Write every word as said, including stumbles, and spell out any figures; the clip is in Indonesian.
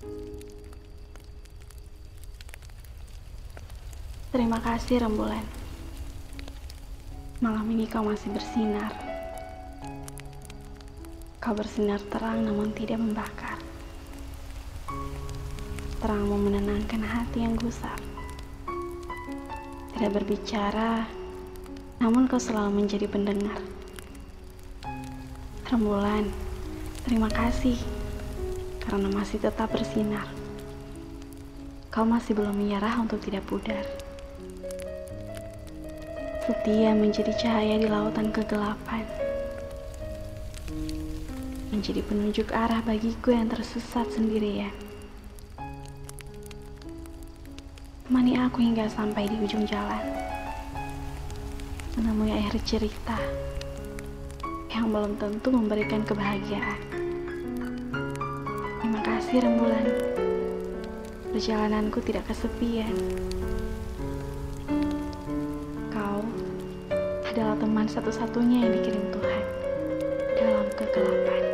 Terima kasih rembulan. Malam ini kau masih bersinar. Kau bersinar terang namun tidak membakar. Terangmu menenangkan hati yang gusar. Tidak berbicara, namun kau selalu menjadi pendengar. Rembulan, terima kasih karena masih tetap bersinar. Kau masih belum menyerah untuk tidak pudar. Setia menjadi cahaya di lautan kegelapan. Menjadi penunjuk arah bagiku yang tersesat sendirian. Temani aku hingga sampai di ujung jalan. Menemui akhir cerita yang belum tentu memberikan kebahagiaan. Terima kasih rembulan. Perjalananku tidak kesepian. Kau adalah teman satu-satunya yang dikirim Tuhan dalam kegelapan.